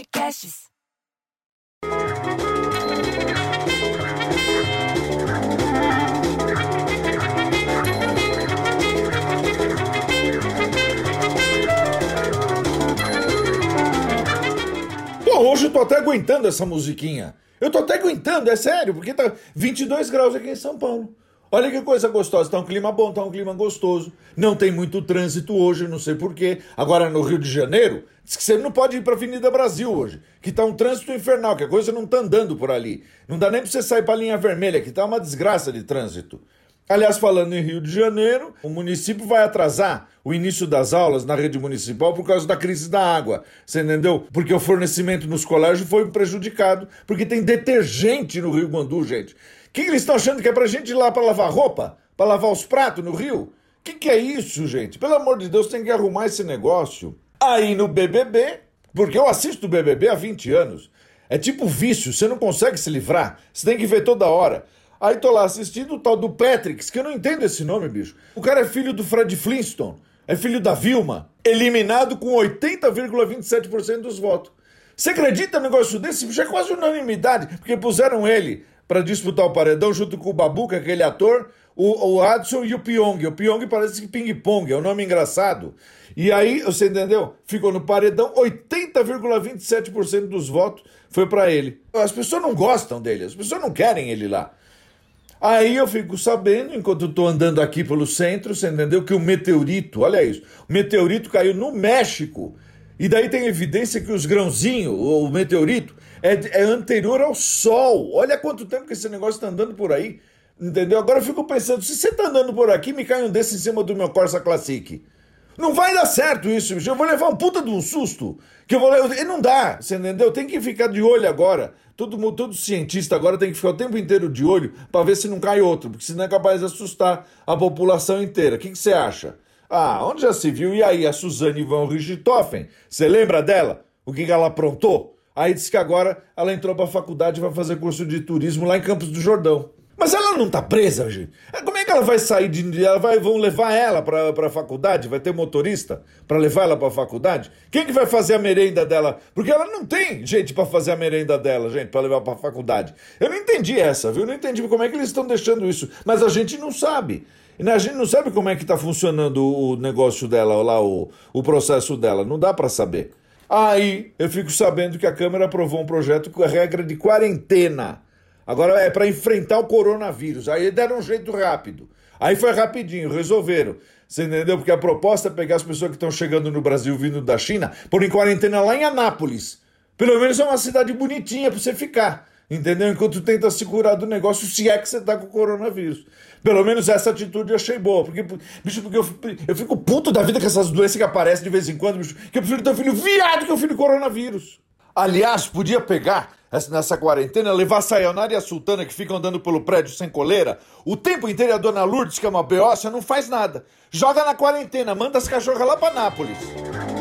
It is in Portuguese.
Podcasts. Pô, hoje eu tô até aguentando essa musiquinha. Eu tô até aguentando, é sério, porque tá 22 graus aqui em São Paulo. Olha que coisa gostosa, tá um clima bom, tá um clima gostoso. Não tem muito trânsito hoje, não sei porquê. Agora no Rio de Janeiro, diz que você não pode ir pra Avenida Brasil hoje, que tá um trânsito infernal, que a coisa não tá andando por ali. Não dá nem pra você sair pra linha vermelha, que tá uma desgraça de trânsito. Aliás, falando em Rio de Janeiro, o município vai atrasar o início das aulas na rede municipal por causa da crise da água, você entendeu? Porque o fornecimento nos colégios foi prejudicado, porque tem detergente no Rio Guandu, gente. O que eles estão achando que é pra gente ir lá pra lavar roupa? Pra lavar os pratos no Rio? O que é isso, gente? Pelo amor de Deus, tem que arrumar esse negócio. Aí no BBB, porque eu assisto o BBB há 20 anos, é tipo vício, você não consegue se livrar, você tem que ver toda hora. Aí tô lá assistindo o tal do Patrick, que eu não entendo esse nome, bicho. O cara é filho do Fred Flintstone, é filho da Vilma, eliminado com 80,27% dos votos. Você acredita num negócio desse? Bicho, é quase unanimidade, porque puseram ele pra disputar o paredão junto com o Babu, aquele ator, o Adson e o Pyong. O Pyong parece que ping-pong, é um nome engraçado. E aí, você entendeu? Ficou no paredão, 80,27% dos votos foi pra ele. As pessoas não gostam dele, as pessoas não querem ele lá. Aí eu fico sabendo, enquanto eu tô andando aqui pelo centro, você entendeu, que o meteorito, olha isso, o meteorito caiu no México. E daí tem evidência que os grãozinhos, o meteorito, é anterior ao Sol. Olha quanto tempo que esse negócio tá andando por aí, entendeu? Agora eu fico pensando, se você tá andando por aqui, me cai um desse em cima do meu Corsa Classic. Não vai dar certo isso, bicho. Eu vou levar um puta de um susto. Que eu vou levar. Não dá, você entendeu? Tem que ficar de olho agora. Todo cientista agora tem que ficar o tempo inteiro de olho para ver se não cai outro, porque senão é capaz de assustar a população inteira. O que você acha? Ah, onde já se viu? E aí, a Suzane von Richthofen? Você lembra dela? O que ela aprontou? Aí disse que agora ela entrou pra faculdade e vai fazer curso de turismo lá em Campos do Jordão. Mas ela não tá presa, gente. Como é que ela vai sair de... Vão levar ela pra faculdade? Vai ter motorista pra levar ela pra faculdade? Quem que vai fazer a merenda dela? Porque ela não tem gente pra fazer a merenda dela, gente, pra levar pra faculdade. Eu não entendi essa, viu? Não entendi como é que eles estão deixando isso. Mas a gente não sabe. A gente não sabe como é que tá funcionando o negócio dela, lá, o processo dela. Não dá pra saber. Aí eu fico sabendo que a Câmara aprovou um projeto com a regra de quarentena. Agora é para enfrentar o coronavírus. Aí deram um jeito rápido. Aí foi rapidinho, resolveram. Você entendeu? Porque a proposta é pegar as pessoas que estão chegando no Brasil vindo da China, pôr em quarentena lá em Anápolis. Pelo menos é uma cidade bonitinha para você ficar. Entendeu? Enquanto tenta se curar do negócio, se é que você tá com o coronavírus. Pelo menos essa atitude eu achei boa. Porque eu fico puto da vida com essas doenças que aparecem de vez em quando, bicho, que eu prefiro ter um filho viado que um filho coronavírus. Aliás, podia pegar nessa quarentena, levar a Sayonara e a Sultana, que ficam andando pelo prédio sem coleira, o tempo inteiro. A dona Lourdes, que é uma beócia, não faz nada. Joga na quarentena, manda as cachorras lá pra Nápoles.